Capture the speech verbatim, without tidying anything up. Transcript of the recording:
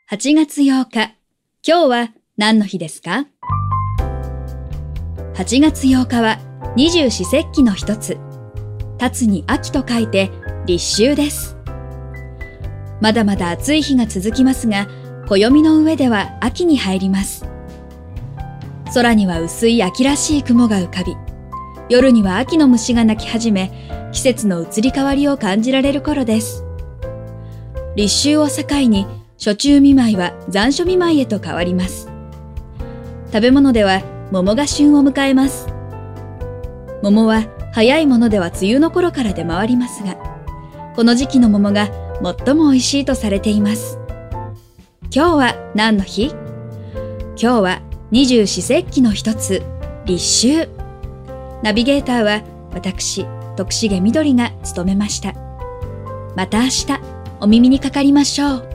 はちがつようか、今日は何の日ですか？はちがつようかは二十四節気の一つ、立つに秋と書いて立秋です。まだまだ暑い日が続きますが、暦の上では秋に入ります。空には薄い秋らしい雲が浮かび、夜には秋の虫が鳴き始め、季節の移り変わりを感じられる頃です。立秋を境に、暑中見舞いは残暑見舞いへと変わります。食べ物では桃が旬を迎えます。桃は早いものでは梅雨の頃から出回りますが、この時期の桃が最も美味しいとされています。今日は何の日？今日は二十四節気の一つ、立秋。ナビゲーターは私、徳重みどりが務めました。また明日、お耳にかかりましょう。